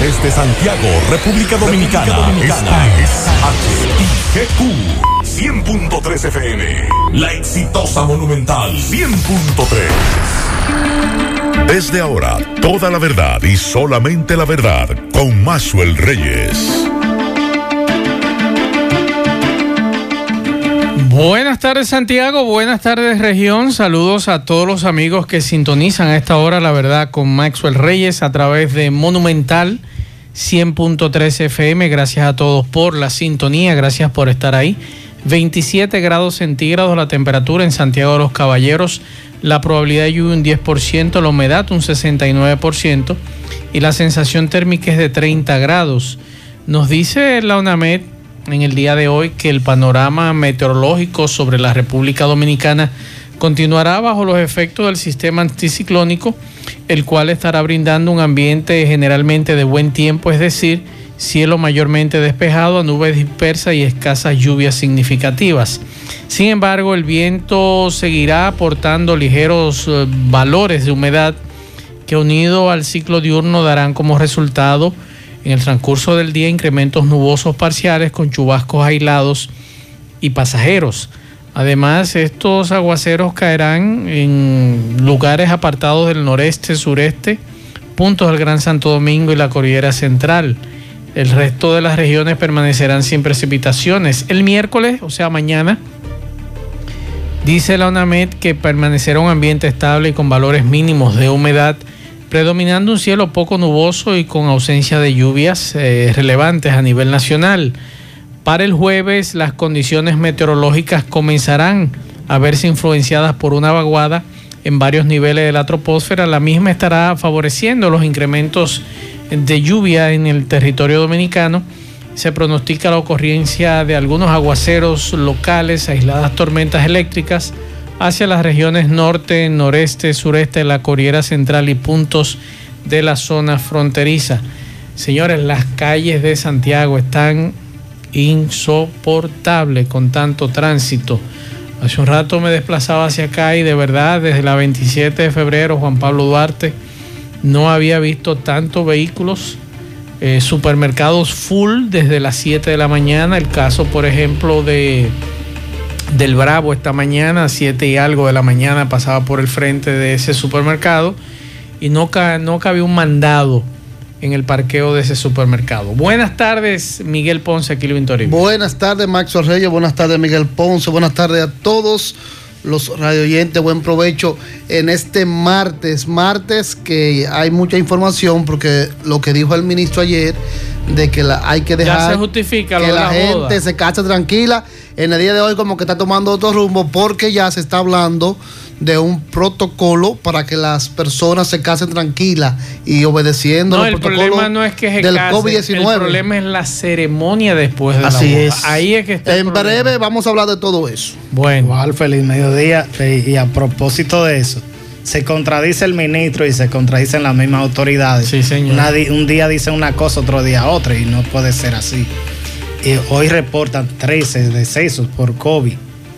Desde Santiago, República Dominicana. Esta es HIGQ 100.3 FM. La exitosa Monumental 100.3. Desde ahora, toda la verdad y solamente la verdad con Maxwell Reyes. Buenas tardes, Santiago. Buenas tardes, región. Saludos a todos los amigos que sintonizan a esta hora, la verdad, con Maxwell Reyes a través de Monumental 100.3 FM. Gracias a todos por la sintonía. Gracias por estar ahí. 27 grados centígrados la temperatura en Santiago de los Caballeros. La probabilidad de lluvia un 10%, la humedad un 69% y la sensación térmica es de 30 grados. Nos dice la UNAMED en el día de hoy que el panorama meteorológico sobre la República Dominicana continuará bajo los efectos del sistema anticiclónico, el cual estará brindando un ambiente generalmente de buen tiempo, es decir, cielo mayormente despejado, a nubes dispersas y escasas lluvias significativas. Sin embargo, el viento seguirá aportando ligeros valores de humedad que, unido al ciclo diurno, darán como resultado en el transcurso del día incrementos nubosos parciales con chubascos aislados y pasajeros. Además, estos aguaceros caerán en lugares apartados del noreste, sureste, puntos del Gran Santo Domingo y la Cordillera Central. El resto de las regiones permanecerán sin precipitaciones. El miércoles, o sea mañana, dice la UNAMED que permanecerá un ambiente estable y con valores mínimos de humedad, predominando un cielo poco nuboso y con ausencia de lluvias relevantes a nivel nacional. Para el jueves, las condiciones meteorológicas comenzarán a verse influenciadas por una vaguada en varios niveles de la troposfera. La misma estará favoreciendo los incrementos de lluvia en el territorio dominicano. Se pronostica la ocurrencia de algunos aguaceros locales, aisladas tormentas eléctricas hacia las regiones norte, noreste, sureste de la Cordillera Central y puntos de la zona fronteriza. Señores, las calles de Santiago están insoportables con tanto tránsito. Hace un rato me desplazaba hacia acá y de verdad desde la 27 de febrero, Juan Pablo Duarte, no había visto tantos vehículos, supermercados full desde las 7 de la mañana. El caso, por ejemplo, del Bravo esta mañana, 7 y algo de la mañana, pasaba por el frente de ese supermercado y no cabía un mandado en el parqueo de ese supermercado. Buenas tardes, Miguel Ponce, aquí Luis Toribio. Buenas tardes, Maxwell Reyes. Buenas tardes, Miguel Ponce. Buenas tardes a todos los radioyentes. Buen provecho en este martes que hay mucha información, porque lo que dijo el ministro ayer de que hay que dejar ya se justifica que la gente boda se case tranquila. En el día de hoy como que está tomando otro rumbo, porque ya se está hablando de un protocolo para que las personas se casen tranquilas y obedeciendo los protocolos. El problema no es que se del case, COVID-19. El problema es la ceremonia después de Así la boda. es. Ahí es que está. En breve vamos a hablar de todo eso. Bueno. Igual, feliz mediodía. Y a propósito de eso, se contradice el ministro y se contradicen las mismas autoridades. Sí, señor. Un día dicen una cosa, otro día otra, y no puede ser así. Hoy reportan 13 decesos por COVID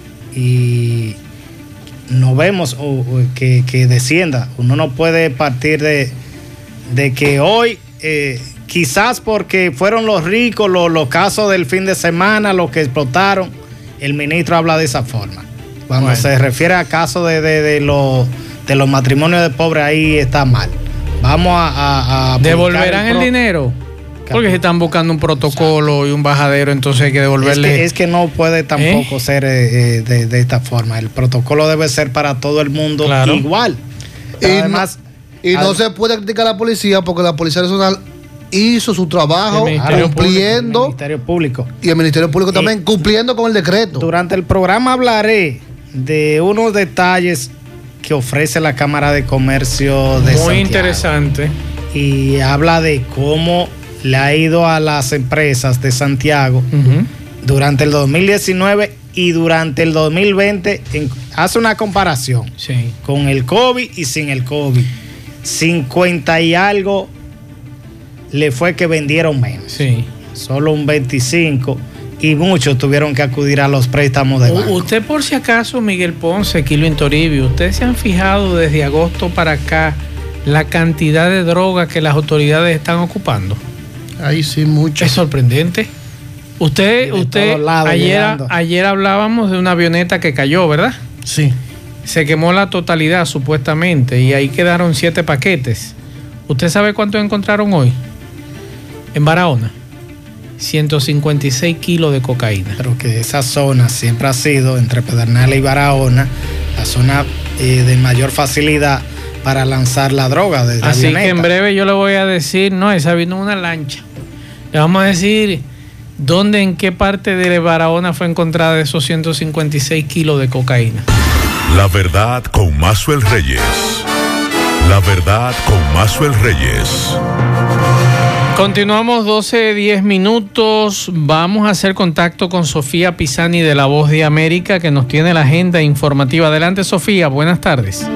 y no vemos que descienda. Uno no puede partir de que hoy, quizás porque fueron los ricos, los casos del fin de semana, los que explotaron, el ministro habla de esa forma. Cuando se refiere a casos de los matrimonios de pobres, ahí está mal. Vamos a ¿devolverán el dinero? Porque si están buscando un protocolo y un bajadero, entonces hay que devolverle. Es que no puede tampoco ser de esta forma. El protocolo debe ser para todo el mundo, claro, igual. Además, no se puede criticar a la policía, porque la Policía Nacional hizo su trabajo cumpliendo. El Ministerio Público. Y el Ministerio Público también cumpliendo con el decreto. Durante el programa hablaré de unos detalles que ofrece la Cámara de Comercio de Santiago. Muy interesante. Y habla de cómo le ha ido a las empresas de Santiago durante el 2019 y durante el 2020. Hace una comparación con el COVID y sin el COVID. 50 y algo le fue que vendieron menos. Sí. Solo un 25, y muchos tuvieron que acudir a los préstamos de banco. Usted, por si acaso, Miguel Ponce, Kilo Toribio, ¿ustedes se han fijado desde agosto para acá la cantidad de droga que las autoridades están ocupando? Ahí sí, mucho. Es sorprendente. Usted ayer hablábamos de una avioneta que cayó, ¿verdad? Sí. Se quemó la totalidad supuestamente y ahí quedaron 7 paquetes. ¿Usted sabe cuánto encontraron hoy? En Barahona. 156 kilos de cocaína. Pero que esa zona siempre ha sido, entre Pedernales y Barahona, la zona de mayor facilidad para lanzar la droga de Así avioneta. que en breve yo le voy a decir, no, esa vino una lancha. Le vamos a decir dónde, en qué parte de Barahona fue encontrada esos 156 kilos de cocaína. La verdad con Maxwell Reyes. La verdad con Maxwell Reyes. Continuamos 12:10 minutos. Vamos a hacer contacto con Sofía Pisani de La Voz de América, que nos tiene la agenda informativa. Adelante, Sofía, buenas tardes.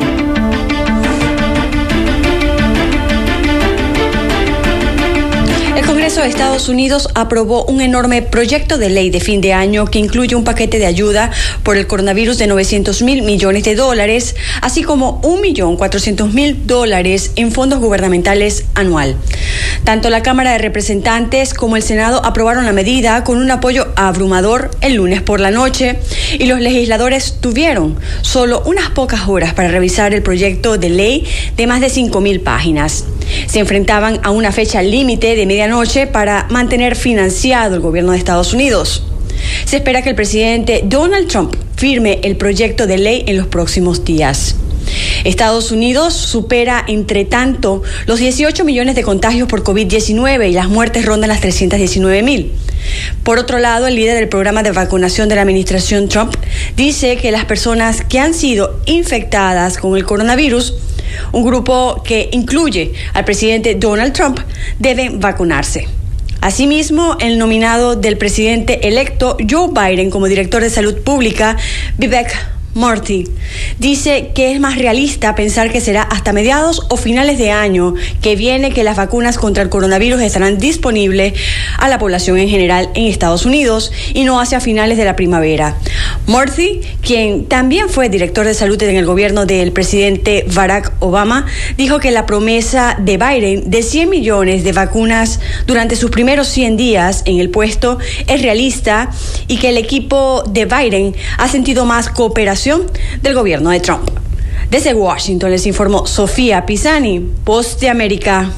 El Congreso de Estados Unidos aprobó un enorme proyecto de ley de fin de año que incluye un paquete de ayuda por el coronavirus de $900 millones, así como $1.400.000 en fondos gubernamentales anual. Tanto la Cámara de Representantes como el Senado aprobaron la medida con un apoyo abrumador el lunes por la noche y los legisladores tuvieron solo unas pocas horas para revisar el proyecto de ley de más de 5.000 páginas. Se enfrentaban a una fecha límite de medianoche para mantener financiado el gobierno de Estados Unidos. Se espera que el presidente Donald Trump firme el proyecto de ley en los próximos días. Estados Unidos supera, entre tanto, los 18 millones de contagios por COVID-19 y las muertes rondan las 319.000. Por otro lado, el líder del programa de vacunación de la administración Trump dice que las personas que han sido infectadas con el coronavirus, un grupo que incluye al presidente Donald Trump, deben vacunarse. Asimismo, el nominado del presidente electo Joe Biden como director de salud pública, Vivek Murthy, dice que es más realista pensar que será hasta mediados o finales de año que viene que las vacunas contra el coronavirus estarán disponibles a la población en general en Estados Unidos y no hacia finales de la primavera. Murthy, quien también fue director de salud en el gobierno del presidente Barack Obama, dijo que la promesa de Biden de 100 millones de vacunas durante sus primeros 100 días en el puesto es realista y que el equipo de Biden ha sentido más cooperación del gobierno de Trump. Desde Washington les informó Sofía Pisani, Voz de América.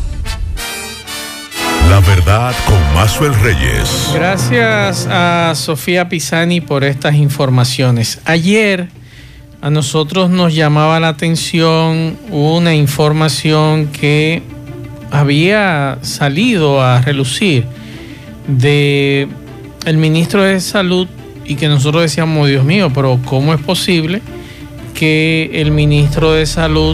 La verdad con Maxwell Reyes. Gracias a Sofía Pisani por estas informaciones. Ayer a nosotros nos llamaba la atención una información que había salido a relucir de el ministro de Salud y que nosotros decíamos, Dios mío, pero ¿cómo es posible que el ministro de Salud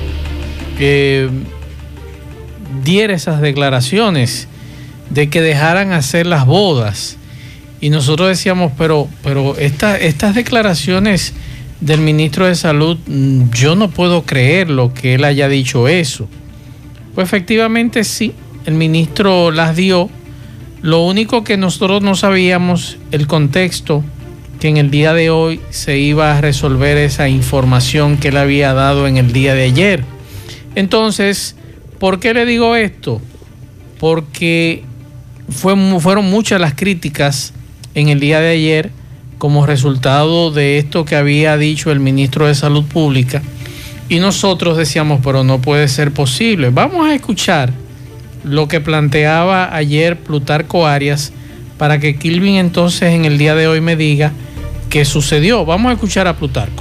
diera esas declaraciones de que dejaran hacer las bodas? Y nosotros decíamos, pero estas declaraciones del ministro de Salud, yo no puedo creer lo que él haya dicho eso. Pues efectivamente sí, el ministro las dio. Lo único que nosotros no sabíamos, el contexto, que en el día de hoy se iba a resolver esa información que él había dado en el día de ayer. Entonces, ¿por qué le digo esto? Porque fueron muchas las críticas en el día de ayer como resultado de esto que había dicho el ministro de Salud Pública. Y nosotros decíamos, pero no puede ser posible. Vamos a escuchar lo que planteaba ayer Plutarco Arias para que Kilvin entonces en el día de hoy me diga qué sucedió. Vamos a escuchar a Plutarco.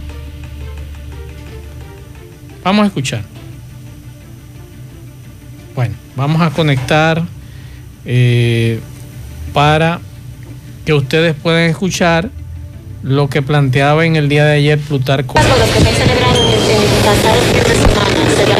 Vamos a escuchar. Bueno, vamos a conectar para que ustedes puedan escuchar lo que planteaba en el día de ayer Plutarco. Lo que se celebraron el pasado fin de semana sería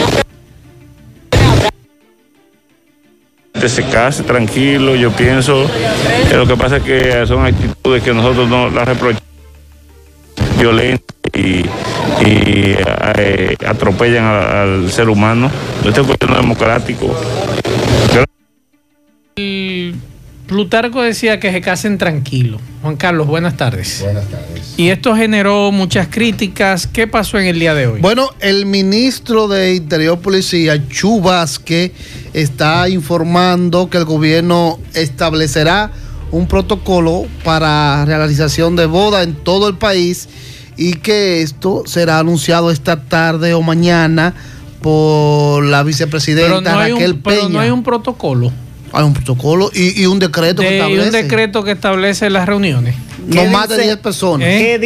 se case tranquilo. Yo pienso que lo que pasa es que son actitudes que nosotros no las reprochamos, violentas y atropellan al ser humano. Este es un gobierno democrático. Plutarco decía que se casen tranquilos. Juan Carlos, buenas tardes. Buenas tardes. Y esto generó muchas críticas. ¿Qué pasó en el día de hoy? Bueno, el ministro de Interior Policía, Chu Vázquez, está informando que el gobierno establecerá un protocolo para realización de boda en todo el país y que esto será anunciado esta tarde o mañana por la vicepresidenta Raquel Peña. Pero no hay un protocolo. Hay un protocolo y un decreto que establece. Y un decreto que establece las reuniones. No más de 10 personas. ¿Qué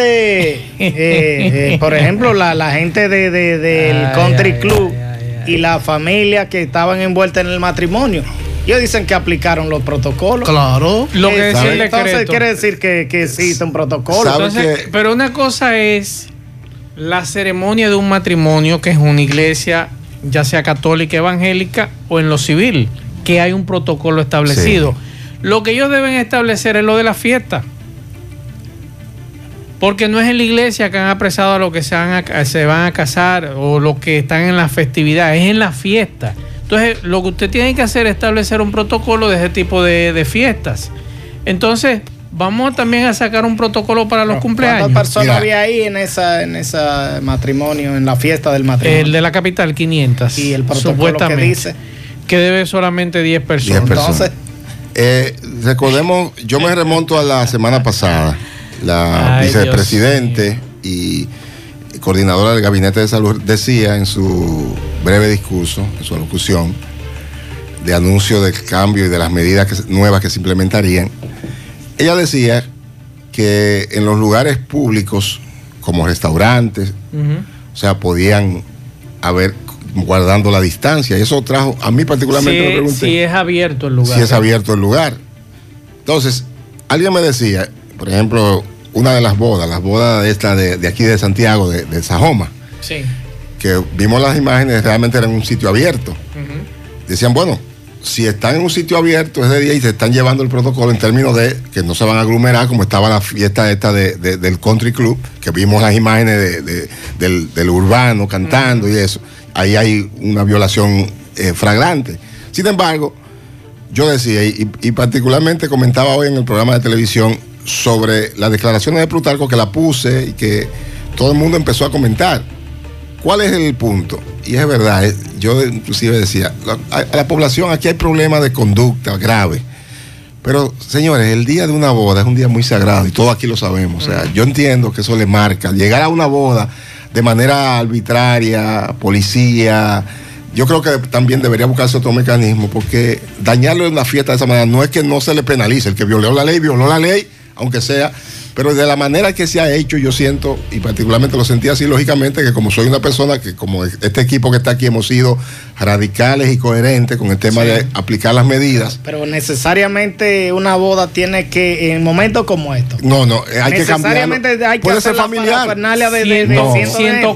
dice, por ejemplo, la gente del Country Club y la familia que estaban envueltas en el matrimonio? Ellos dicen que aplicaron los protocolos. Claro. Lo que decía el decreto. Entonces quiere decir que existe un protocolo. Entonces, pero una cosa es la ceremonia de un matrimonio, que es una iglesia, ya sea católica, evangélica o en lo civil, que hay un protocolo establecido. Sí. Lo que ellos deben establecer es lo de la fiesta. Porque no es en la iglesia que han apresado a los que se van a casar o los que están en la festividad, es en la fiesta. Entonces, lo que usted tiene que hacer es establecer un protocolo de ese tipo de fiestas. Entonces, vamos también a sacar un protocolo para los cumpleaños. ¿Cuántas personas había ahí en ese matrimonio, en la fiesta del matrimonio? El de la capital, 500. Y el protocolo que dice que debe solamente 10 personas. 10 personas. Entonces, recordemos, yo me remonto a la semana pasada. La vicepresidente y coordinadora del Gabinete de Salud decía en su breve discurso, en su alocución, de anuncio del cambio y de las medidas nuevas que se implementarían, ella decía que en los lugares públicos, como restaurantes, o sea, podían haber guardando la distancia, y eso trajo, a mí particularmente me pregunté si es abierto el lugar. Si es abierto el lugar. Entonces, alguien me decía, por ejemplo, una de las bodas de aquí de Santiago, de Sajoma, sí, que vimos las imágenes, realmente eran en un sitio abierto. Decían, bueno, si están en un sitio abierto ese día y se están llevando el protocolo en términos de que no se van a aglomerar, como estaba la fiesta esta del Country Club, que vimos las imágenes del urbano cantando y eso, ahí hay una violación flagrante. Sin embargo, yo decía, y particularmente comentaba hoy en el programa de televisión sobre las declaraciones de Plutarco, que la puse y que todo el mundo empezó a comentar. ¿Cuál es el punto? Y es verdad, yo inclusive decía, a la población aquí hay problemas de conducta grave. Pero, señores, el día de una boda es un día muy sagrado y todos aquí lo sabemos. O sea, yo entiendo que eso le marca. Llegar a una boda de manera arbitraria, policía, yo creo que también debería buscarse otro mecanismo, porque dañarle una fiesta de esa manera no es que no se le penalice. El que violó la ley, aunque sea, pero de la manera que se ha hecho, yo siento, y particularmente lo sentí así, lógicamente, que como soy una persona que, como este equipo que está aquí, hemos sido radicales y coherentes con el tema de aplicar las medidas. Pero necesariamente una boda tiene que, en momentos como estos. No, hay que cambiarlo. Hay que puede ser familiar. De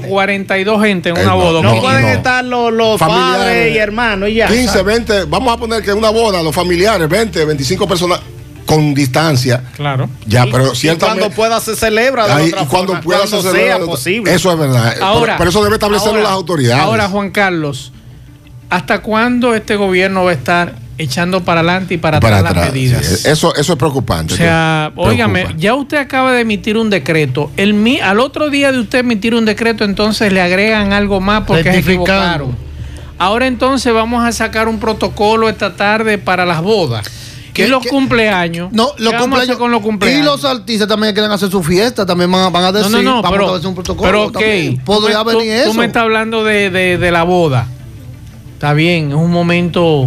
142 gente en una boda. No pueden estar los padres y hermanos y ya. 15, 20, vamos a poner que una boda, los familiares, 20, 25 personas con distancia. Claro. Ya, pero ciertamente. Cuando pueda se celebra de otra cuando forma, pueda cuando se sea celebra, posible. Eso es verdad. Ahora, pero eso debe establecerlo las autoridades. Ahora, Juan Carlos, ¿hasta cuándo este gobierno va a estar echando para adelante y para atrás las medidas? Sí, eso es preocupante. O sea, óigame, ya usted acaba de emitir un decreto. Al otro día de usted emitir un decreto, entonces le agregan algo más porque se equivocaron. Ahora entonces vamos a sacar un protocolo esta tarde para las bodas. ¿Y los cumpleaños? No, los cumpleaños. Con los cumpleaños. Y los artistas también quieren hacer su fiesta, también van a decir, vamos a hacer un protocolo. Pero ok, podría venir eso. Tú me estás hablando de la boda. Está bien, es un momento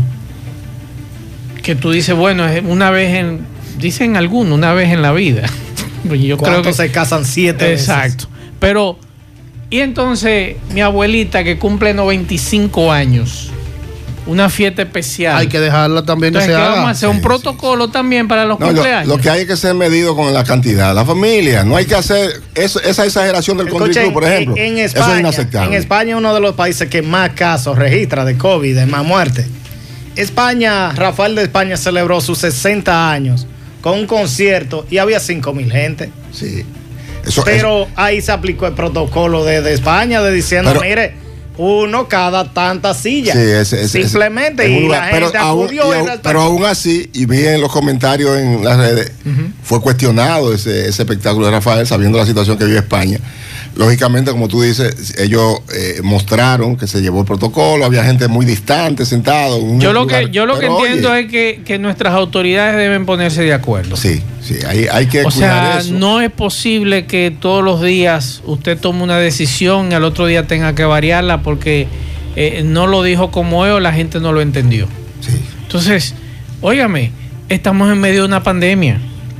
que tú dices, bueno, es una vez dicen algunos, una vez en la vida. Yo creo que se casan 7 veces. Exacto. Pero, y entonces, mi abuelita que cumple 95 años, una fiesta especial. Hay que dejarla también. Entonces, que se haga. Vamos a hacer un protocolo también para los cumpleaños. Lo que hay que ser medido con la cantidad. La familia, no hay que hacer esa exageración del Country Club, por ejemplo. Eso es inaceptable. En España es uno de los países que más casos registra de COVID, de más muertes. España, Rafael de España celebró sus 60 años con un concierto y había 5,000 gente. Sí. Pero ahí se aplicó el protocolo de España, de diciendo, mire, uno cada tantas sillas. Sí, simplemente, y la gente acudió. Pero aún así, y vi en los comentarios en las redes, fue cuestionado ese espectáculo de Rafael, sabiendo la situación que vive España. Lógicamente, como tú dices, ellos mostraron que se llevó el protocolo, había gente muy distante, sentado. Yo lo que entiendo es que nuestras autoridades deben ponerse de acuerdo. Sí, hay que cuidar eso. No es posible que todos los días usted tome una decisión y al otro día tenga que variarla porque no lo dijo como es o la gente no lo entendió. Sí. Entonces, óigame, estamos en medio de una pandemia.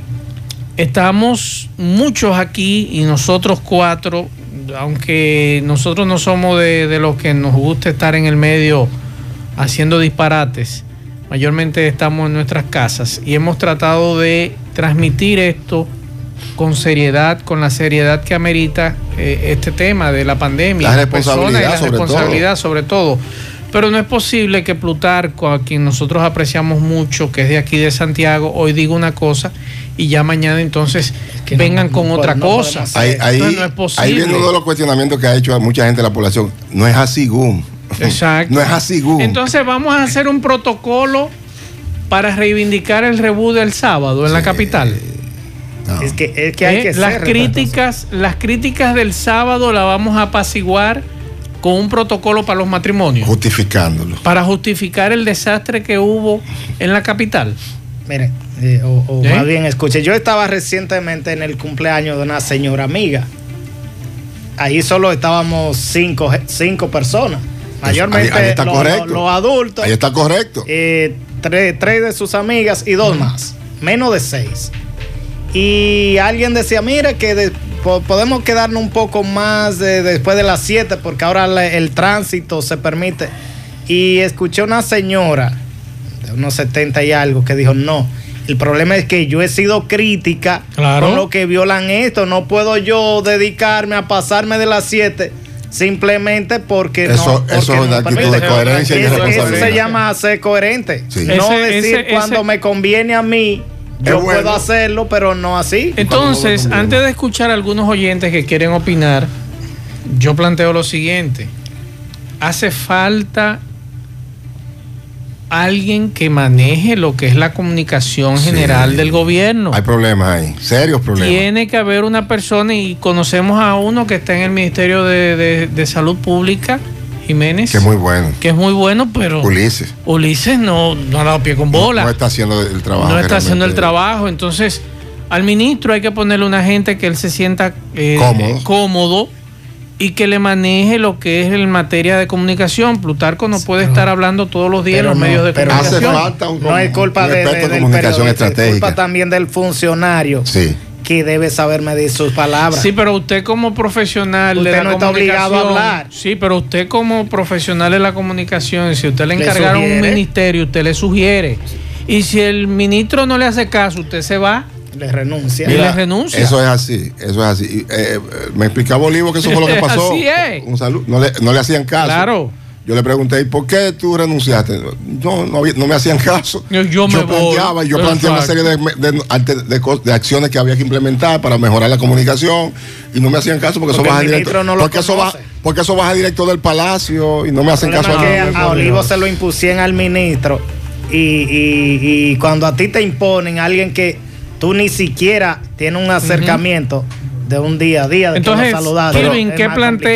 Estamos muchos aquí y nosotros 4, aunque nosotros no somos de los que nos gusta estar en el medio haciendo disparates, mayormente estamos en nuestras casas y hemos tratado de transmitir esto con seriedad, con la seriedad que amerita este tema de la pandemia, la responsabilidad sobre todo. Pero no es posible que Plutarco, a quien nosotros apreciamos mucho, que es de aquí de Santiago, hoy diga una cosa y ya mañana entonces vengan con otra cosa. Ahí no es posible. Ahí viene uno de los cuestionamientos que ha hecho a mucha gente de la población. No es así, Gum. Exacto. No es así, Gum. Entonces vamos a hacer un protocolo para reivindicar el reboot del sábado en la capital. No. Es que hay que las críticas del sábado las vamos a apaciguar con un protocolo para los matrimonios. Justificándolo. Para justificar el desastre que hubo en la capital. Mire, más bien, escuche, yo estaba recientemente en el cumpleaños de una señora amiga. Ahí solo estábamos cinco personas. Mayormente ahí está los adultos. Ahí está correcto. Tres de sus amigas y 2 más. Menos de 6. Y alguien decía, mire que podemos quedarnos un poco más después de las 7 porque ahora el tránsito se permite. Y escuché una señora de unos 70 y algo que dijo, no, el problema es que yo he sido crítica con lo que violan esto. No puedo yo dedicarme a pasarme de las 7 simplemente porque eso es una actitud de coherencia y de responsabilidad. Eso se llama ser coherente. Sí. No decir cuando me conviene a mí. Yo puedo hacerlo, pero no así. Entonces, antes de escuchar a algunos oyentes que quieren opinar, yo planteo lo siguiente. Hace falta alguien que maneje lo que es la comunicación general del gobierno. Hay problemas ahí, serios problemas. Tiene que haber una persona, y conocemos a uno que está en el Ministerio de Salud Pública, Jiménez. Que es muy bueno. Que es muy bueno, pero Ulises no ha dado pie con bola. No está haciendo el trabajo. No está haciendo el trabajo. Entonces, al ministro hay que ponerle una gente que él se sienta cómodo y que le maneje lo que es en materia de comunicación. Plutarco no puede estar hablando todos los días en los medios de comunicación. Hace falta no es culpa de comunicación estratégica. Es culpa también del funcionario. Sí. Que debe saber medir sus palabras. Sí, pero usted como profesional usted no está obligado a hablar. Sí, pero usted como profesional de la comunicación, si usted le encargaron un ministerio, usted le sugiere. Y si el ministro no le hace caso, usted se va. Le renuncia. Mira, eso es así. Me explicaba Olivo que eso fue lo que pasó. Así es. Un saludo. No le hacían caso. Claro. Yo le pregunté, ¿y por qué tú renunciaste? No me hacían caso. Yo planteaba una serie de acciones que había que implementar para mejorar la comunicación y no me hacían caso porque eso baja directo. Porque eso baja directo del Palacio y no me hacen caso. A Olivo se lo impusieron al ministro y cuando a ti te imponen a alguien que tú ni siquiera tienes un acercamiento de un día a día. Entonces, Kelvin, ¿qué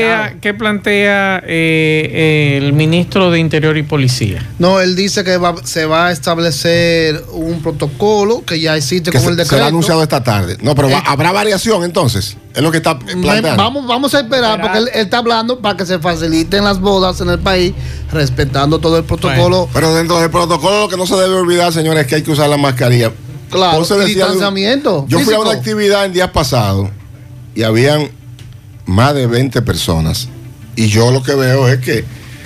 plantea el ministro de Interior y Policía? No, él dice que se va a establecer un protocolo que ya existe con el decreto. Se ha anunciado esta tarde. No, pero habrá variación entonces. Es lo que está planteando. Vamos a esperar porque él está hablando para que se faciliten las bodas en el país, respetando todo el protocolo. Bueno, pero dentro del protocolo lo que no se debe olvidar, señores, es que hay que usar la mascarilla. Claro, distanciamiento. Yo fui a una actividad en días pasados y habían más de 20 personas y yo lo que veo es que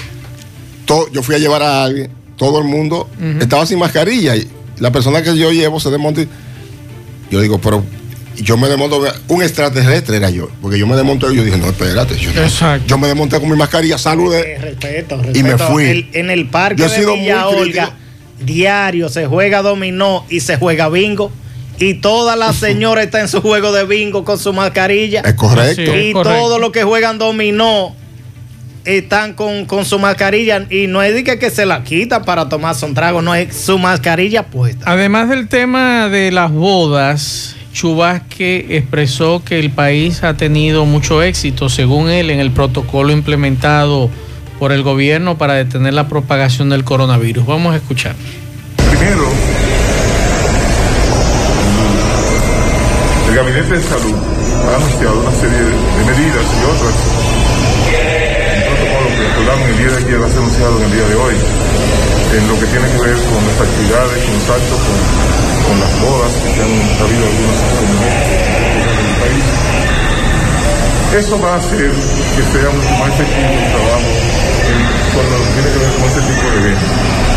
yo fui a llevar a alguien, todo el mundo estaba sin mascarilla y la persona que yo llevo se desmonta. Yo digo, pero yo me desmonto, un extraterrestre era yo, porque yo me desmonté y yo dije, no, espérate, yo me desmonté con mi mascarilla, saludé respeto. Y me fui. En el parque de Villa Olga diario se juega dominó y se juega bingo. Y todas las señoras están en su juego de bingo con su mascarilla. Es correcto. Y todos los que juegan dominó están con su mascarilla y no es de que se la quita para tomarse un trago, no es su mascarilla puesta. Además del tema de las bodas, Chu Vázquez expresó que el país ha tenido mucho éxito, según él, en el protocolo implementado por el gobierno para detener la propagación del coronavirus. Vamos a escuchar. Primero, el Gabinete de Salud ha anunciado una serie de medidas y otras. Un protocolo que acordamos el día de ayer va a ser anunciado en el día de hoy, en lo que tiene que ver con las actividades, contacto con las bodas, que han habido algunos inconvenientes en el país. Eso va a hacer que sea mucho más efectivo el trabajo cuando tiene que ver con este tipo de eventos.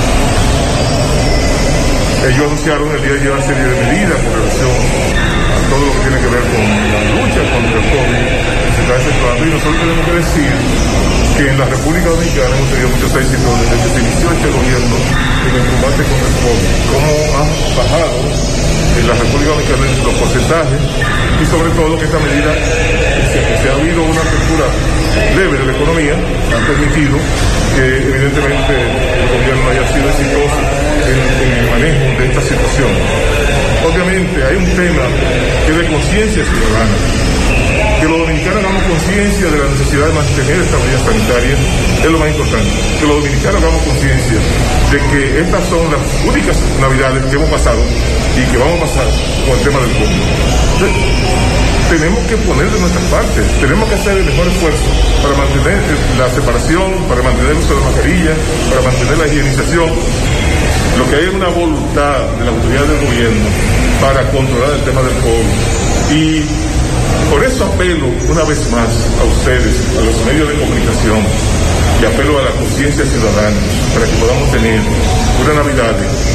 Ellos anunciaron el día de ayer una serie de medidas con relación a todo lo que tiene que ver con la lucha contra el COVID que se está efectuando, y nosotros tenemos que decir que en la República Dominicana hemos tenido muchos éxitos desde que se inició este gobierno en el combate contra el COVID. Cómo han bajado en la República Dominicana los porcentajes, y sobre todo que esta medida, que ha habido una apertura leve de la economía, ha permitido que evidentemente el gobierno haya sido exitoso en el manejo de esta situación. Obviamente hay un tema que es de conciencia ciudadana. Que los dominicanos hagamos conciencia de la necesidad de mantener esta medida sanitaria es lo más importante. Que los dominicanos hagamos conciencia de que estas son las únicas navidades que hemos pasado y que vamos a pasar con el tema del COVID. Entonces, tenemos que poner de nuestras partes, tenemos que hacer el mejor esfuerzo para mantener la separación, para mantener el uso de la mascarilla, para mantener la higienización. Lo que hay es una voluntad de la autoridad del gobierno para controlar el tema del COVID. Y por eso apelo una vez más a ustedes, a los medios de comunicación, y apelo a la conciencia ciudadana para que podamos tener una Navidad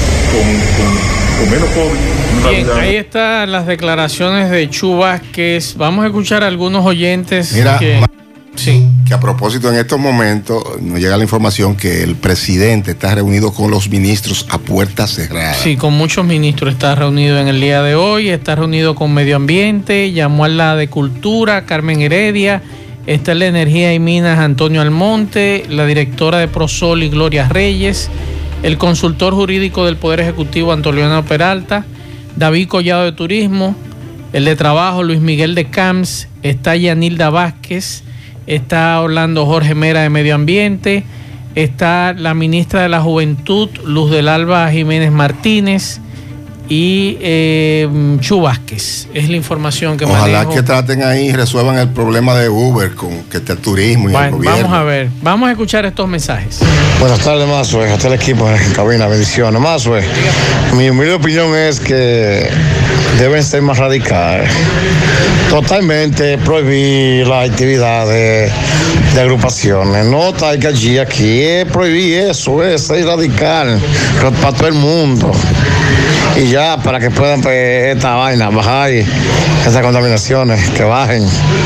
con menos COVID. Bien, ahí están las declaraciones de Chu Vázquez. Vamos a escuchar a algunos oyentes. Mira, sí, que a propósito, en estos momentos nos llega la información que el presidente está reunido con los ministros a puertas cerradas. Sí, con muchos ministros está reunido en el día de hoy, está reunido con Medio Ambiente, llamó a la de Cultura, Carmen Heredia, está en la Energía y Minas, Antonio Almonte, la directora de Prosol y Gloria Reyes, el consultor jurídico del Poder Ejecutivo, Antoliano Peralta, David Collado de Turismo, el de Trabajo, Luis Miguel de Camps, está Yanilda Vázquez, está Orlando Jorge Mera de Medio Ambiente, está la ministra de la Juventud, Luz del Alba Jiménez Martínez, y Chu Vázquez. Es la información que manejo. Ojalá que traten ahí y resuelvan el problema de Uber con que está el turismo y el gobierno. Vamos a ver, vamos a escuchar estos mensajes. Buenas tardes, Mazue, hasta el equipo en cabina, bendiciones. Mazue, mi humilde opinión es que deben ser más radicales. Totalmente prohibir la actividad de agrupaciones. No está que aquí es prohibir eso, es ser radical para todo el mundo. Y ya, para que puedan esta vaina bajar y esas contaminaciones que bajen.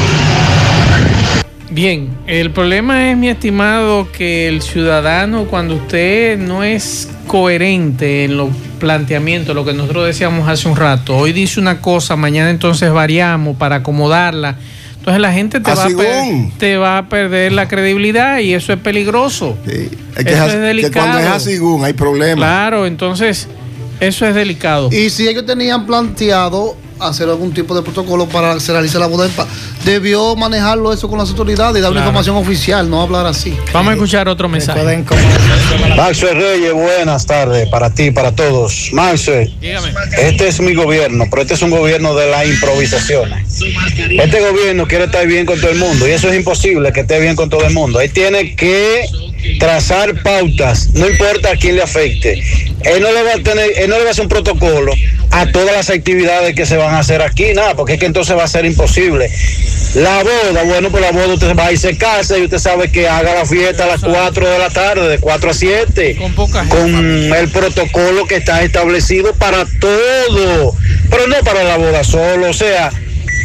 Bien, el problema es, mi estimado, que el ciudadano, cuando usted no es coherente en los planteamientos, lo que nosotros decíamos hace un rato, hoy dice una cosa, mañana entonces variamos para acomodarla, entonces la gente te va a perder la credibilidad y eso es peligroso. Sí. Eso es delicado. Que cuando es así, hay problemas. Claro, entonces eso es delicado. Y si ellos tenían planteado hacer algún tipo de protocolo para se realice la boda, debió manejarlo eso con las autoridades y dar una información oficial, no hablar así. Vamos a escuchar otro mensaje. Maxwell Reyes, buenas tardes para ti, para todos. Maxwell, dígame. Este es mi gobierno, pero este es un gobierno de las improvisaciones. Este gobierno quiere estar bien con todo el mundo y eso es imposible que esté bien con todo el mundo. Él tiene que trazar pautas, no importa a quién le afecte. Él no le va a hacer un protocolo a todas las actividades que se van a hacer aquí, nada, porque es que entonces va a ser imposible. La boda, bueno, pues la boda usted va a irse a casa y usted sabe que haga la fiesta a las 4 de la tarde, de 4 a 7, con el protocolo que está establecido para todo, pero no para la boda solo, o sea,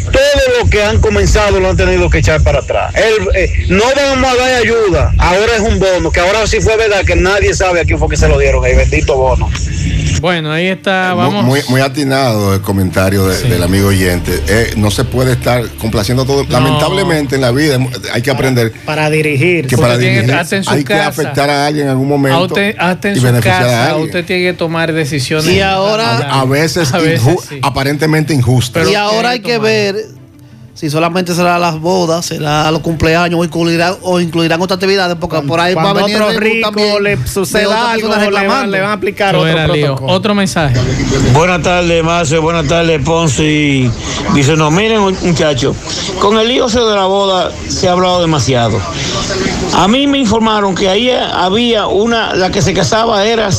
todo lo que han comenzado lo han tenido que echar para atrás. No vamos a dar ayuda, ahora es un bono, que ahora sí fue verdad que nadie sabe a quién fue que se lo dieron, el bendito bono. Bueno, ahí está, vamos. Muy atinado el comentario del amigo oyente. No se puede estar complaciendo a todo. No. Lamentablemente en la vida hay que aprender. Para dirigir. Que para dirigir hay que afectar a alguien en algún momento. Hasta en su casa, usted tiene que tomar decisiones. Y ahora. A veces sí. Aparentemente injustas. Y ahora hay que ver si solamente será las bodas, será los cumpleaños o incluirán otras actividades, porque por ahí va a venir otro rico, le suceda algo, le van a aplicar otro protocolo. Otro mensaje. Buenas tardes, Marcio, buenas tardes, Ponce. Dice, no, miren, muchachos, con el lío de la boda se ha hablado demasiado. A mí me informaron que ahí había la que se casaba era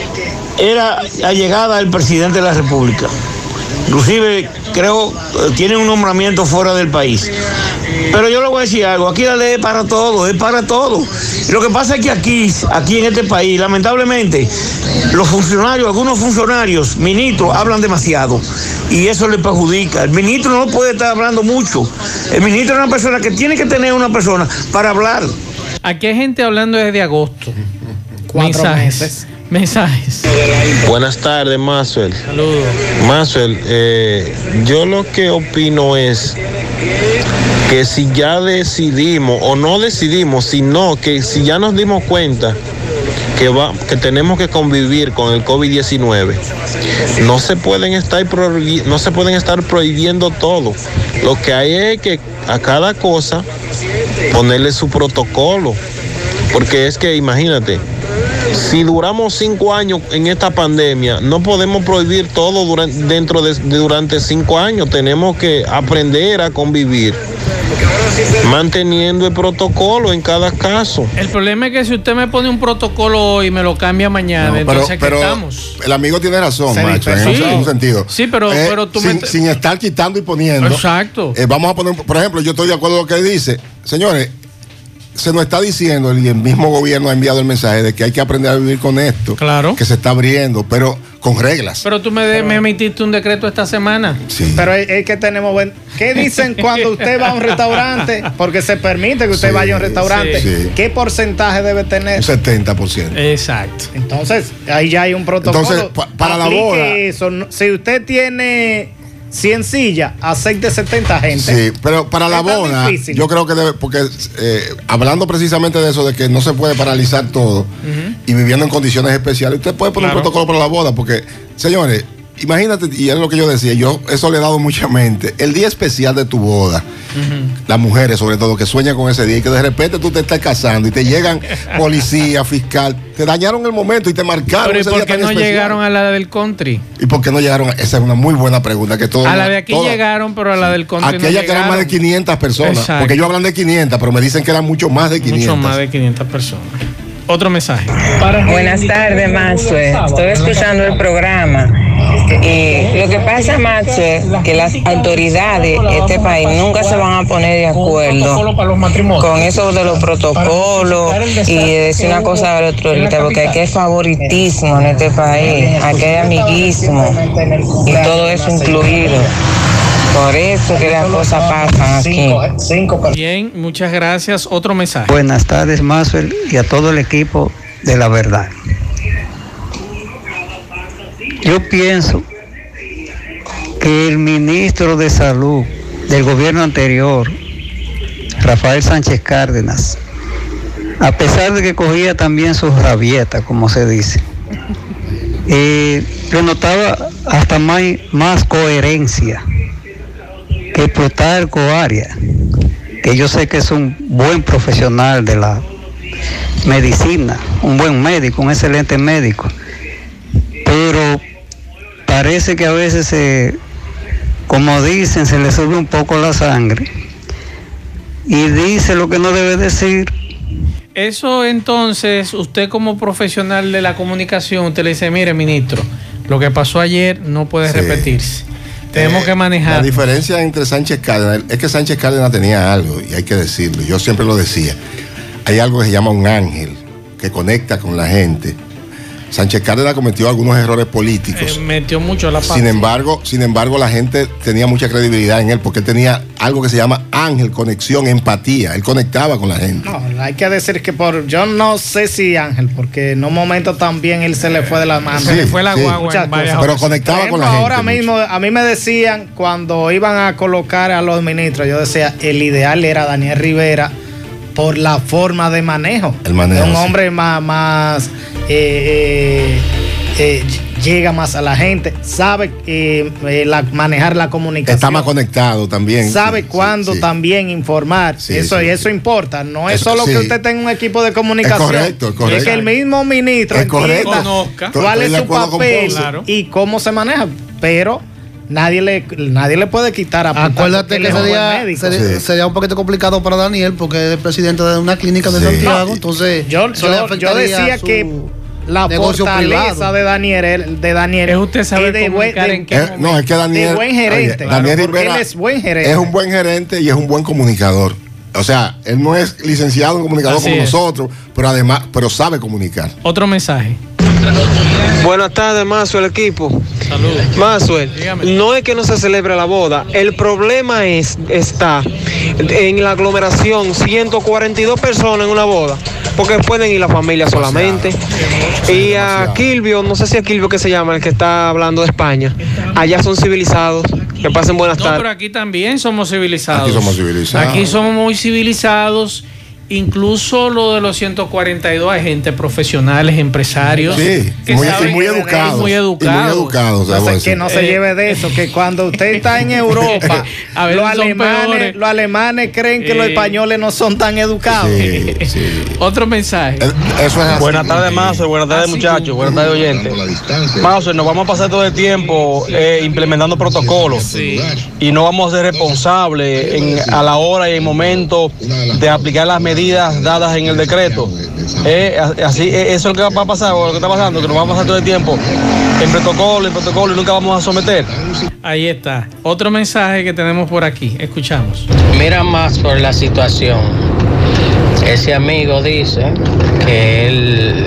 allegada al presidente de la República. Inclusive creo tiene un nombramiento fuera del país. Pero yo le voy a decir algo, aquí la ley es para todo. Lo que pasa es que aquí en este país, lamentablemente, algunos funcionarios, ministros, hablan demasiado. Y eso le perjudica. El ministro no puede estar hablando mucho. El ministro es una persona que tiene que tener una persona para hablar. Aquí hay gente hablando desde agosto. 4 meses. Mensajes. Buenas tardes, Maxwell. Saludos. Maxwell, yo lo que opino es que si ya decidimos, o no decidimos, sino que si ya nos dimos cuenta que tenemos que convivir con el COVID-19, no se pueden estar prohibiendo todo. Lo que hay es que a cada cosa ponerle su protocolo, porque es que imagínate, si duramos 5 años en esta pandemia, no podemos prohibir todo durante 5 años. Tenemos que aprender a convivir, manteniendo el protocolo en cada caso. El problema es que si usted me pone un protocolo hoy y me lo cambia mañana, entonces ¿qué estamos? El amigo tiene razón, Macho, en un sentido. Sí, pero tú sin estar quitando y poniendo. Exacto. Vamos a poner, por ejemplo, yo estoy de acuerdo con lo que dice. Señores, se nos está diciendo, y el mismo gobierno ha enviado el mensaje de que hay que aprender a vivir con esto. Claro. Que se está abriendo, pero con reglas. Pero tú me emitiste un decreto esta semana. Sí. Pero es que tenemos... ¿Qué dicen cuando usted va a un restaurante? Porque se permite que usted vaya a un restaurante. Sí. ¿Qué porcentaje debe tener? Un 70%. Exacto. Entonces, ahí ya hay un protocolo. Entonces, para la boda... Eso. Si usted tiene 100 sillas, acepte 70 gente. Sí, pero para la boda, difícil. Yo creo que debe, porque hablando precisamente de eso, de que no se puede paralizar todo y viviendo en condiciones especiales, usted puede poner un protocolo para la boda, porque, señores, imagínate, y es lo que yo decía, yo eso le he dado mucha mente, el día especial de tu boda, las mujeres sobre todo, que sueñan con ese día y que de repente tú te estás casando y te llegan policía, fiscal, te dañaron el momento y te marcaron. Pero ¿y por qué no llegaron a la del country? ¿Y por qué no llegaron? Esa es una muy buena pregunta. Que a la de aquí llegaron, pero a la del country aquella no que eran más de 500 personas. Exacto. Porque ellos hablan de 500, pero me dicen que eran mucho más de 500. Mucho más de 500 personas. Otro mensaje. Buenas tardes, Maxwell. Estoy escuchando el programa. Lo que pasa, Maxwell, que las autoridades de este país nunca se van a poner de acuerdo con eso de los protocolos y decir una cosa a la otra, porque aquí hay favoritismo en este país, aquí hay amiguismo y todo eso incluido. Por eso que las cosas pasan aquí. Bien, muchas gracias. Otro mensaje. Buenas tardes, Maxwell, y a todo el equipo de La Verdad. Yo pienso que el ministro de Salud del gobierno anterior, Rafael Sánchez Cárdenas, a pesar de que cogía también sus rabietas, como se dice, yo notaba hasta más coherencia que Plutarco Arias, que yo sé que es un buen profesional de la medicina, un buen médico, un excelente médico, pero parece que a veces, como dicen, se le sube un poco la sangre y dice lo que no debe decir. Eso entonces, usted como profesional de la comunicación, usted le dice, mire, ministro, lo que pasó ayer no puede repetirse. Tenemos que manejar. La diferencia entre Sánchez Cárdenas es que Sánchez Cárdenas tenía algo, y hay que decirlo, yo siempre lo decía, hay algo que se llama un ángel, que conecta con la gente. Sánchez Cárdenas cometió algunos errores políticos. Metió mucho la pata. Sin embargo, la gente tenía mucha credibilidad en él porque él tenía algo que se llama ángel, conexión, empatía. Él conectaba con la gente. No, hay que decir que yo no sé si Ángel, porque en un momento también él se le fue de la mano. Se le fue la guagua. Pero conectaba con la gente. Ahora mismo, a mí me decían, cuando iban a colocar a los ministros, yo decía, el ideal era Daniel Rivera por la forma de manejo. El manejo. Un hombre más llega más a la gente, sabe manejar la comunicación. Está más conectado también. Sabe cuándo también informar. Eso importa. No es solo que usted tenga un equipo de comunicación. Es correcto. Es que el mismo ministro entienda cuál es su papel y cómo se maneja. Pero nadie le puede quitar a Acuérdate que sería un poquito complicado para Daniel porque es el presidente de una clínica de Santiago. Entonces, yo decía que la fortaleza de Daniel es usted saber comunicar en qué momento. No, es que Daniel, buen gerente. Daniel Rivera él es buen gerente. Es un buen gerente y es un buen comunicador. O sea, él no es licenciado en comunicador como nosotros, pero sabe comunicar. Otro mensaje. Buenas tardes, Maxwell, equipo. Saludos. Maxwell, no es que no se celebre la boda, el problema está en la aglomeración, 142 personas en una boda, porque pueden ir la familia solamente. Y a Kilvio, no sé si a Kilvio que se llama, el que está hablando de España, allá son civilizados. Que pasen buenas tardes. Pero aquí también somos civilizados. Aquí somos muy civilizados. Incluso lo de los 142 hay gente profesionales, empresarios. Sí, que muy educados. Muy educados. Que no se lleve de eso, que cuando usted está en Europa, los alemanes creen que los españoles no son tan educados. Sí. Otro mensaje. Eso es así. Buenas tardes, Mazo. Buenas tardes, muchachos. Buenas tardes, oyentes. Mazo, nos vamos a pasar todo el tiempo implementando protocolos. Y no vamos a ser responsables a la hora y el momento de aplicar las medidas dadas en el decreto. Así, eso es lo que va a pasar, o lo que está pasando, que nos vamos a pasar todo el tiempo en protocolo y nunca vamos a someter. Ahí está. Otro mensaje que tenemos por aquí. Escuchamos. Mira más por la situación. Ese amigo dice que él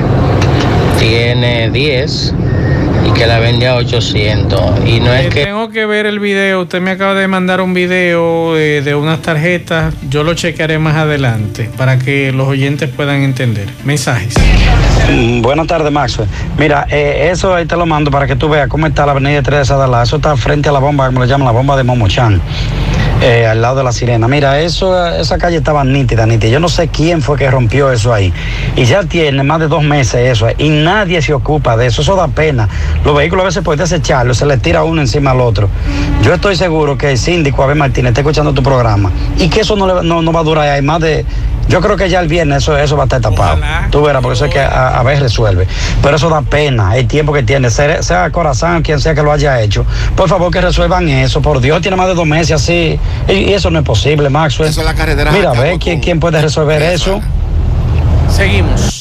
tiene 10 y que la vende a 800. Y no es que... Tengo que ver el video. Usted me acaba de mandar un video de unas tarjetas. Yo lo chequearé más adelante para que los oyentes puedan entender. Mensajes. Buenas tardes, Maxwell. Mira, eso ahí te lo mando para que tú veas cómo está la avenida 3 de Sadalá. Eso está frente a la bomba, como le llaman, la bomba de Momochán. Al lado de la Sirena. Mira, esa calle estaba nítida. Yo no sé quién fue que rompió eso ahí. Y ya tiene más de 2 meses eso. Y nadie se ocupa de eso. Eso da pena. Los vehículos a veces pueden desecharlo, se le tira uno encima al otro. Yo estoy seguro que el síndico Abel Martínez está escuchando tu programa y que eso no va a durar. Hay más de... Yo creo que ya el viernes eso va a estar tapado. Tú verás, porque eso es que a ver resuelve. Pero eso da pena, el tiempo que tiene, sea Corazán, quien sea que lo haya hecho. Por favor, que resuelvan eso. Por Dios, tiene más de 2 meses así. Y eso no es posible, Maxwell. Eso es la carretera. Mira, a ver quién puede resolver eso. Seguimos.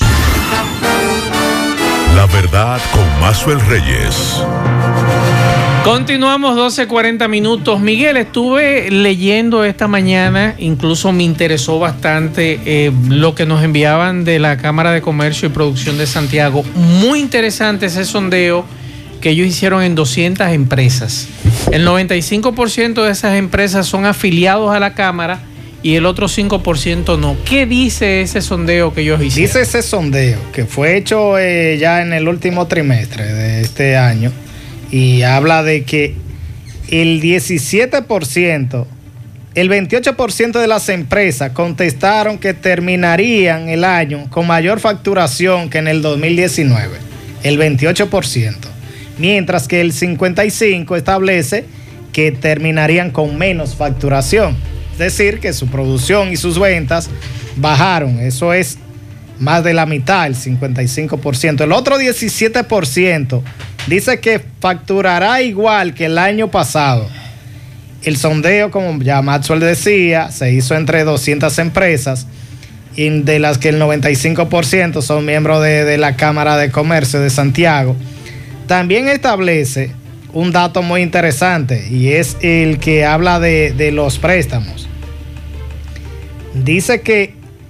La verdad con Maxwell Reyes. Continuamos 12:40 minutos. Miguel, estuve leyendo esta mañana, incluso me interesó bastante lo que nos enviaban de la Cámara de Comercio y Producción de Santiago. Muy interesante ese sondeo que ellos hicieron en 200 empresas. El 95% de esas empresas son afiliados a la Cámara y el otro 5% no. ¿Qué dice ese sondeo que ellos hicieron? Dice ese sondeo que fue hecho ya en el último trimestre de este año. Y habla de que el 17%, el 28% de las empresas contestaron que terminarían el año con mayor facturación que en el 2019. El 28%. Mientras que el 55% establece que terminarían con menos facturación. Es decir, que su producción y sus ventas bajaron. Eso es más de la mitad, el 55%. El otro 17% dice que facturará igual que el año pasado. El sondeo, como ya Maxwell decía, se hizo entre 200 empresas, y de las que el 95% son miembros de la Cámara de Comercio de Santiago. También establece un dato muy interesante, y es el que habla de los préstamos. Dice que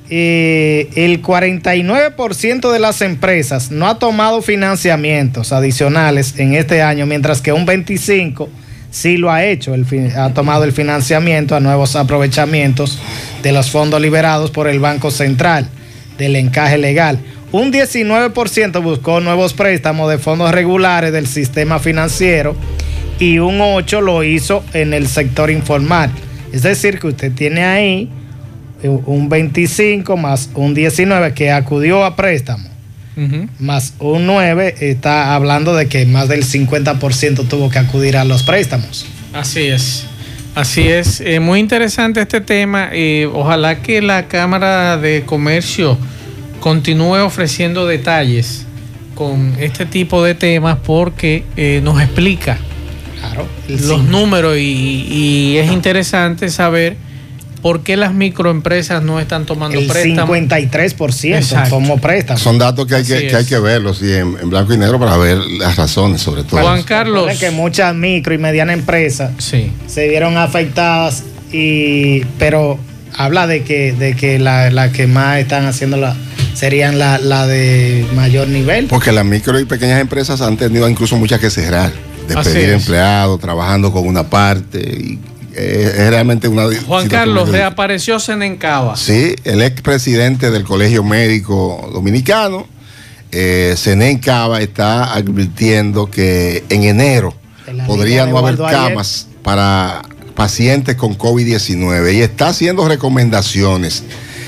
el 49% de las empresas no ha tomado financiamientos adicionales en este año, mientras que un 25% sí lo ha hecho, ha tomado el financiamiento a nuevos aprovechamientos de los fondos liberados por el Banco Central del encaje legal. Un 19% buscó nuevos préstamos de fondos regulares del sistema financiero y un 8% lo hizo en el sector informal. Es decir, que usted tiene ahí un 25 más un 19 que acudió a préstamo, más un 9, está hablando de que más del 50% tuvo que acudir a los préstamos. Así es. Muy interesante este tema. Ojalá que la Cámara de Comercio continúe ofreciendo detalles con este tipo de temas porque nos explica los números y es interesante saber por qué las microempresas no están tomando préstamos. El 53% tomó préstamos. Son datos que hay que verlos en blanco y negro para ver las razones, sobre todo. Juan Carlos. Que muchas micro y medianas empresas se vieron afectadas, pero habla de que las que más están haciendo serían la de mayor nivel. Porque las micro y pequeñas empresas han tenido incluso muchas que cerrar, despedir empleados, trabajando con una parte y es realmente una... Juan Carlos, reapareció Senencaba. Sí, el expresidente del Colegio Médico Dominicano, Senencaba, está advirtiendo que en enero podría no haber camas para pacientes con COVID-19 y está haciendo recomendaciones.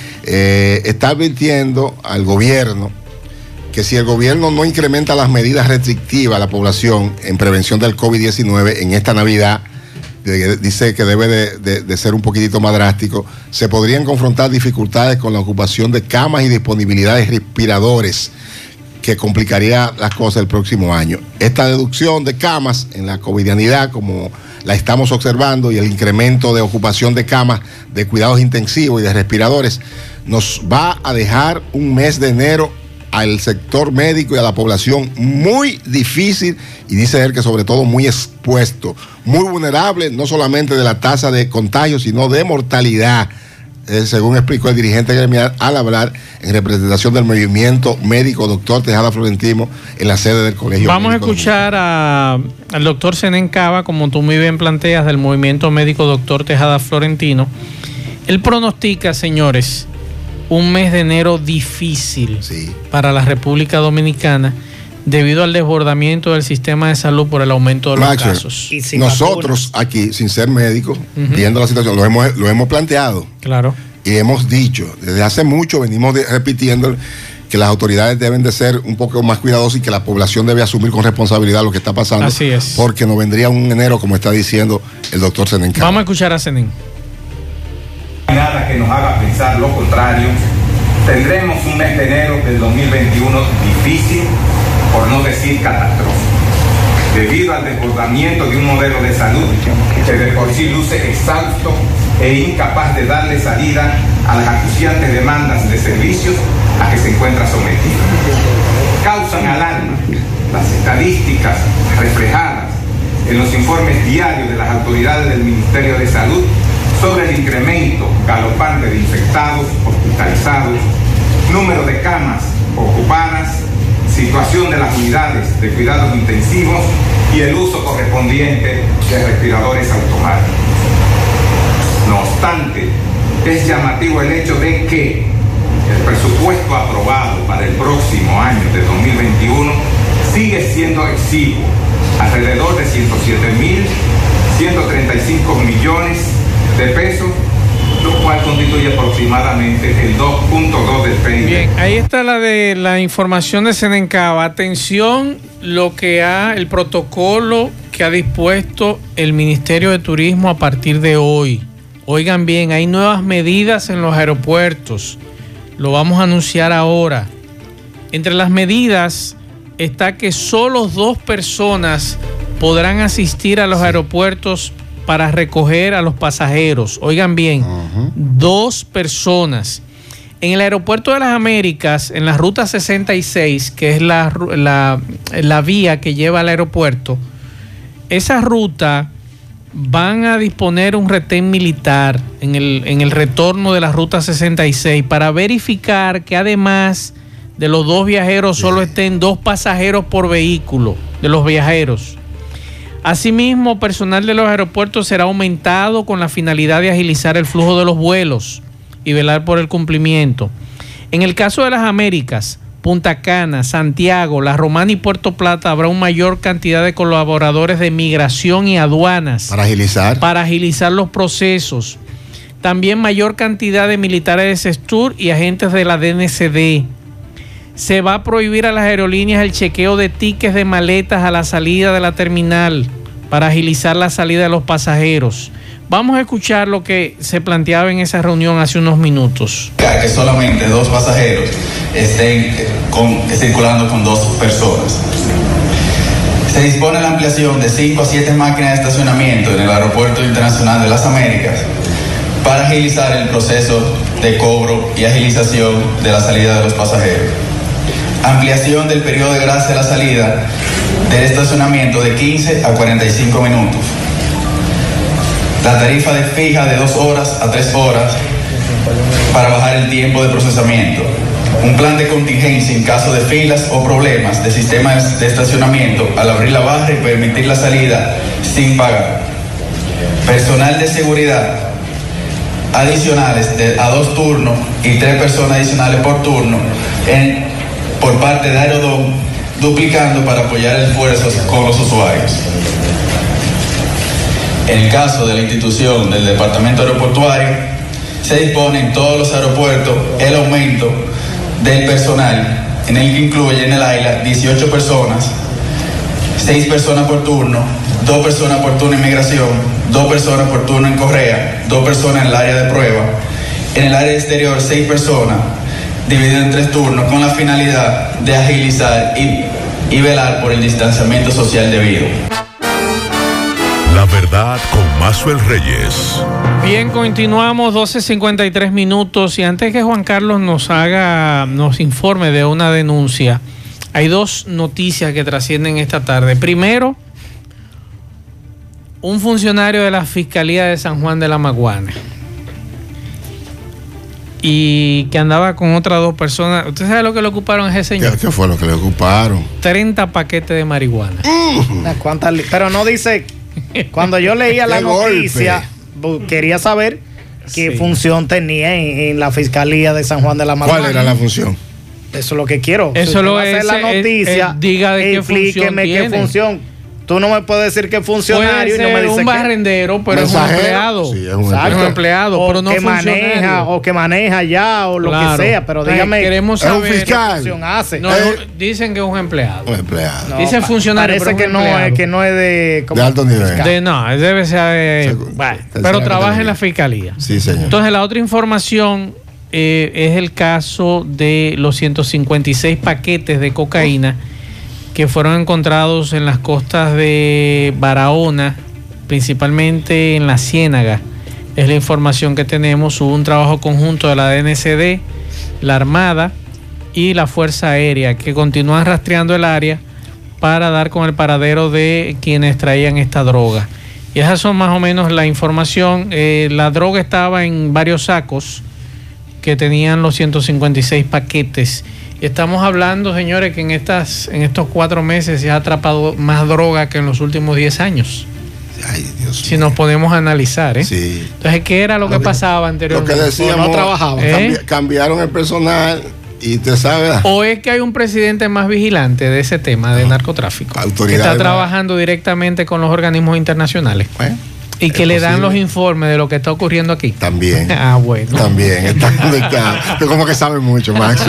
Está advirtiendo al gobierno que si el gobierno no incrementa las medidas restrictivas a la población en prevención del COVID-19 en esta Navidad, dice que debe de ser un poquitito más drástico, se podrían confrontar dificultades con la ocupación de camas y disponibilidad de respiradores, que complicaría las cosas el próximo año. Esta deducción de camas en la covidianidad, como la estamos observando, y el incremento de ocupación de camas de cuidados intensivos y de respiradores, nos va a dejar un mes de enero al sector médico y a la población muy difícil, y dice él que sobre todo muy expuesto, muy vulnerable, no solamente de la tasa de contagio, sino de mortalidad, según explicó el dirigente gremial al hablar en representación del movimiento médico doctor Tejada Florentino en la sede del Colegio. Vamos a escuchar al doctor Senencaba, como tú muy bien planteas, del movimiento médico doctor Tejada Florentino. Él pronostica, señores, un mes de enero difícil para la República Dominicana debido al desbordamiento del sistema de salud por el aumento de los casos. Y nosotros aquí, sin ser médicos, viendo la situación, lo hemos planteado. Claro. Y hemos dicho, desde hace mucho venimos repitiendo que las autoridades deben de ser un poco más cuidadosas y que la población debe asumir con responsabilidad lo que está pasando. Así es. Porque nos vendría un enero, como está diciendo el doctor Senencaba. Vamos a escuchar a Senen. Nada que nos haga pensar lo contrario. Tendremos un mes de enero del 2021 difícil, por no decir catastrófico, debido al desbordamiento de un modelo de salud que de por sí luce exhausto e incapaz de darle salida a las acuciantes demandas de servicios a que se encuentra sometido. Causan alarma las estadísticas reflejadas en los informes diarios de las autoridades del Ministerio de Salud sobre el incremento galopante de infectados, hospitalizados, número de camas ocupadas, situación de las unidades de cuidados intensivos y el uso correspondiente de respiradores automáticos. No obstante, es llamativo el hecho de que el presupuesto aprobado para el próximo año de 2021 sigue siendo exiguo, alrededor de 107.135 millones de pesos, lo cual constituye aproximadamente el 2.2 del PIB. Bien, ahí está la información de Senencaba. Atención, el protocolo que ha dispuesto el Ministerio de Turismo a partir de hoy. Oigan bien, hay nuevas medidas en los aeropuertos. Lo vamos a anunciar ahora. Entre las medidas está que solo 2 personas podrán asistir a los aeropuertos para recoger a los pasajeros. Oigan bien, 2 personas. En el aeropuerto de las Américas, en la ruta 66, que es la vía que lleva al aeropuerto, esa ruta van a disponer un retén militar en el retorno de la Ruta 66 para verificar que además de los 2 viajeros solo estén 2 pasajeros por vehículo de los viajeros. Asimismo, personal de los aeropuertos será aumentado con la finalidad de agilizar el flujo de los vuelos y velar por el cumplimiento. En el caso de las Américas, Punta Cana, Santiago, La Romana y Puerto Plata habrá una mayor cantidad de colaboradores de migración y aduanas. Para agilizar los procesos. También mayor cantidad de militares de SESTUR y agentes de la DNCD. Se va a prohibir a las aerolíneas el chequeo de tickets de maletas a la salida de la terminal para agilizar la salida de los pasajeros. Vamos a escuchar lo que se planteaba en esa reunión hace unos minutos. Que solamente 2 pasajeros estén circulando con 2 personas. Se dispone la ampliación de 5 a 7 máquinas de estacionamiento en el Aeropuerto Internacional de las Américas para agilizar el proceso de cobro y agilización de la salida de los pasajeros. Ampliación del periodo de gracia a la salida del estacionamiento de 15 a 45 minutos. La tarifa fija de 2 horas a 3 horas para bajar el tiempo de procesamiento. Un plan de contingencia en caso de filas o problemas de sistemas de estacionamiento al abrir la barra y permitir la salida sin pagar. Personal de seguridad adicionales a 2 turnos y 3 personas adicionales por turno por parte de Aerodón, duplicando para apoyar esfuerzos con los usuarios. En el caso de la institución del Departamento Aeroportuario, se dispone en todos los aeropuertos el aumento del personal, en el que incluye en el AILA 18 personas, 6 personas por turno, 2 personas por turno en migración, 2 personas por turno en correa, 2 personas en el área de prueba. En el área exterior, 6 personas, dividido en 3 turnos, con la finalidad de agilizar y velar por el distanciamiento social debido. La verdad con Maxwell Reyes. Bien, continuamos 12:53 minutos y antes que Juan Carlos nos informe de una denuncia, hay 2 noticias que trascienden esta tarde. Primero, un funcionario de la Fiscalía de San Juan de la Maguana y que andaba con otras 2 personas. ¿Usted sabe lo que le ocuparon a ese señor? ¿Qué fue lo que le ocuparon? 30 paquetes de marihuana. Pero no dice. Cuando yo leía la noticia, quería saber qué función tenía en la Fiscalía de San Juan de la Maguana. ¿Cuál era la función? Eso es lo que quiero. Eso lo es. La noticia. Diga de qué función explíqueme qué función. Tú no me puedes decir que funcionario puede ser y no me dice un barrendero, pero es un empleado. Sí, es un empleado, pero no maneja o que maneja ya o lo que sea, pero dígame, queremos saber ¿es un fiscal? ¿Qué función hace? No, dicen que es un empleado. Un empleado. No, dicen funcionario, parece pero que no es de alto nivel. No, debe ser pero trabaja en la Fiscalía. Sí, señor. Entonces la otra información es el caso de los 156 paquetes de cocaína que fueron encontrados en las costas de Barahona, principalmente en la Ciénaga. Es la información que tenemos. Hubo un trabajo conjunto de la DNCD, la Armada y la Fuerza Aérea que continúan rastreando el área para dar con el paradero de quienes traían esta droga. Y esas son más o menos la información. La droga estaba en varios sacos que tenían los 156 paquetes. Y estamos hablando, señores, que en estos 4 meses se ha atrapado más droga que en los últimos 10 años. Ay, Dios si nos ponemos a analizar, ¿eh? Sí. Entonces, ¿qué era lo que pasaba anteriormente? Lo que decíamos, no trabajaban. Cambiaron el personal y te sabes. ¿O es que hay un presidente más vigilante de ese tema de narcotráfico? Que está trabajando directamente con los organismos internacionales. Y que le dan los informes de lo que está ocurriendo aquí. También. Bueno. También. Está como que sabe mucho, Max.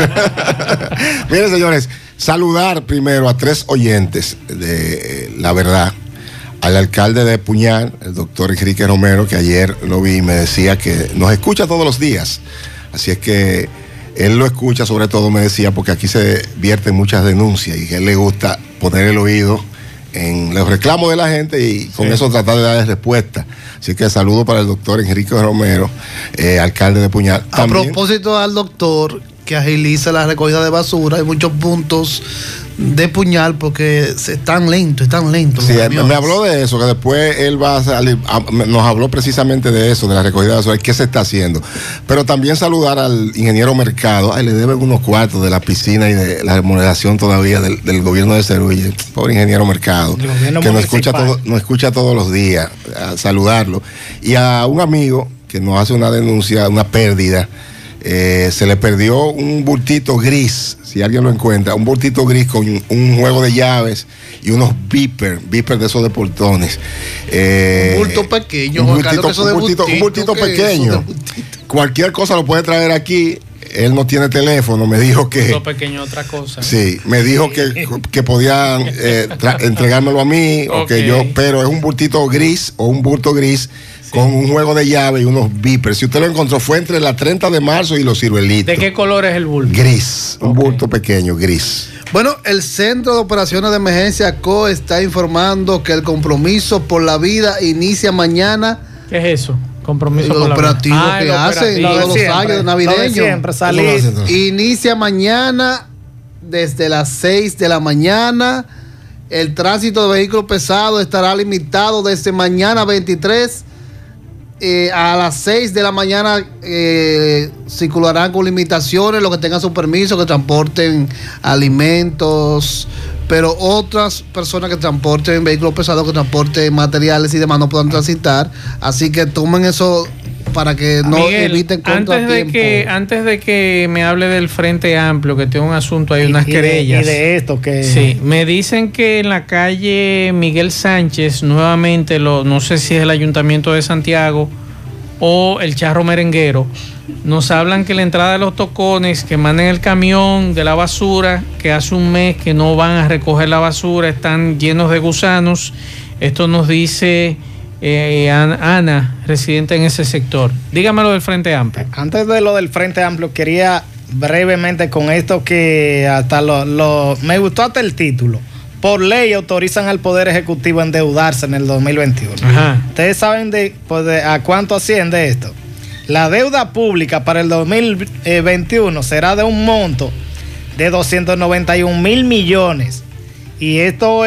Miren, señores, saludar primero a 3 oyentes de La Verdad. Al alcalde de Puñal, el doctor Enrique Romero, que ayer lo vi y me decía que nos escucha todos los días. Así es que él lo escucha, sobre todo me decía, porque aquí se vierten muchas denuncias y que a él le gusta poner el oído en los reclamos de la gente y con eso tratar de darles respuesta. Así que saludo para el doctor Enrique Romero, alcalde de Puñal. A propósito al doctor que agiliza la recogida de basura, hay muchos puntos de puñal porque están lentos. Sí, me habló de eso, que después él va a salir, nos habló precisamente de eso, de la recogida de basura, qué se está haciendo. Pero también saludar al ingeniero Mercado. Ay, le deben unos cuartos de la piscina y de la remuneración todavía del gobierno de Cerulle. Pobre ingeniero Mercado, que nos escucha todos los días. A saludarlo. Y a un amigo que nos hace una denuncia, una pérdida. Se le perdió un bultito gris, si alguien lo encuentra, un bultito gris con un juego de llaves y unos beepers de esos de portones. Un bulto pequeño, un bultito pequeño. Cualquier cosa lo puede traer aquí. Él no tiene teléfono, me dijo que... Un pequeño, otra cosa. Sí, me dijo que podían entregármelo a mí, o que yo, pero es un bultito gris o un bulto gris con un juego de llave y unos beepers. Si usted lo encontró, fue entre la 30 de marzo y los ciruelitos. ¿De qué color es el bulto? Gris, un bulto pequeño, gris. Bueno, el Centro de Operaciones de Emergencia CO está informando que el compromiso por la vida inicia mañana. ¿Qué es eso? Compromiso por la operativo que hacen todos los años navideños. Siempre salir. Inicia mañana desde las 6 de la mañana. El tránsito de vehículos pesados estará limitado desde mañana 23 a las 6 de la mañana. Circularán con limitaciones los que tengan su permiso, que transporten alimentos, pero otras personas que transporten vehículos pesados, que transporten materiales y demás, no puedan transitar. Así que tomen eso para que no eviten contratiempos. Antes de que me hable del Frente Amplio, que tengo un asunto, hay unas querellas. Y de esto que... Sí, me dicen que en la calle Miguel Sánchez, nuevamente, no sé si es el Ayuntamiento de Santiago o el Charro Merenguero, nos hablan que la entrada de los tocones, que manden el camión de la basura, que hace un mes que no van a recoger la basura, están llenos de gusanos. Esto nos dice Ana, residente en ese sector. Dígame lo del Frente Amplio. Antes de lo del Frente Amplio, quería brevemente con esto que hasta me gustó hasta el título. Por ley autorizan al Poder Ejecutivo a endeudarse en el 2021. Ajá. ¿Ustedes saben a cuánto asciende esto? La deuda pública para el 2021 será de un monto de 291,000 millones. Y esto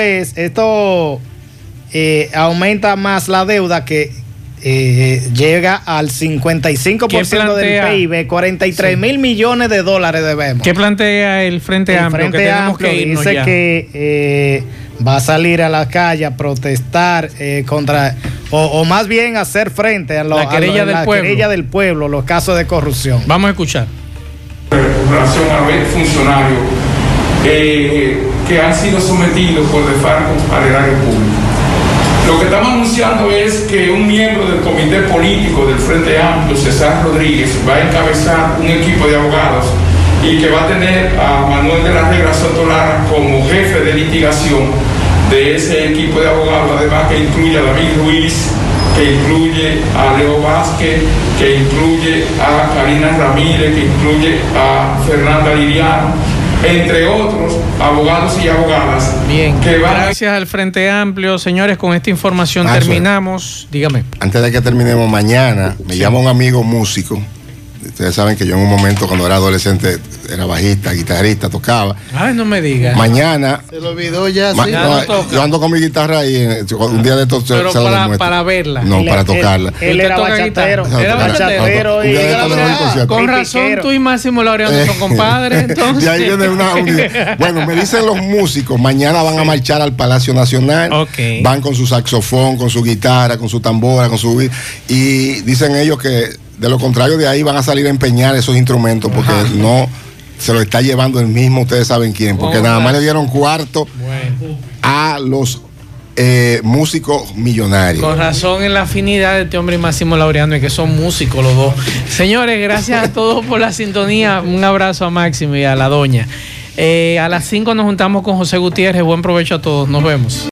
aumenta más la deuda, que llega al 55% del PIB, 43,000 millones de dólares debemos. ¿Qué plantea el Frente Amplio? Frente Amplio dice que va a salir a la calle a protestar contra, o más bien hacer frente a la querella del pueblo, los casos de corrupción. Vamos a escuchar. Con relación a los funcionarios que han sido sometidos por desfalco al erario público. Lo que estamos anunciando es que un miembro del comité político del Frente Amplio, César Rodríguez, va a encabezar un equipo de abogados y que va a tener a Manuel de la Riera Sotolara como jefe de litigación de ese equipo de abogados, además que incluye a David Ruiz, que incluye a Leo Vázquez, que incluye a Karina Ramírez, que incluye a Fernanda Liriano, entre otros abogados y abogadas. Bien, gracias al Frente Amplio. Señores, con esta información terminamos. Dígame. Antes de que terminemos, mañana me llama un amigo músico. Ustedes saben que yo en un momento, cuando era adolescente, era bajista, guitarrista, tocaba. Ay, no me digas. Mañana. Se lo olvidó ya. Yo ando con mi guitarra ahí. Un día de estos. Pero para verla. No, para tocarla. Él era bachatero. Era bachatero. Con razón, tú y Máximo Laureano son compadres. Entonces. De ahí viene una unidad. Bueno, me dicen los músicos, mañana van a marchar al Palacio Nacional. Okay. Van con su saxofón, con su guitarra, con su tambora, y dicen ellos que de lo contrario de ahí van a salir a empeñar esos instrumentos, porque no se lo está llevando el mismo, ustedes saben quién, porque nada más le dieron cuarto a los músicos millonarios. Con razón en la afinidad de este hombre y Máximo Laureano, y que son músicos los dos. Señores, gracias a todos por la sintonía. Un abrazo a Máximo y a la doña. A las 5 nos juntamos con José Gutiérrez. Buen provecho a todos. Nos vemos.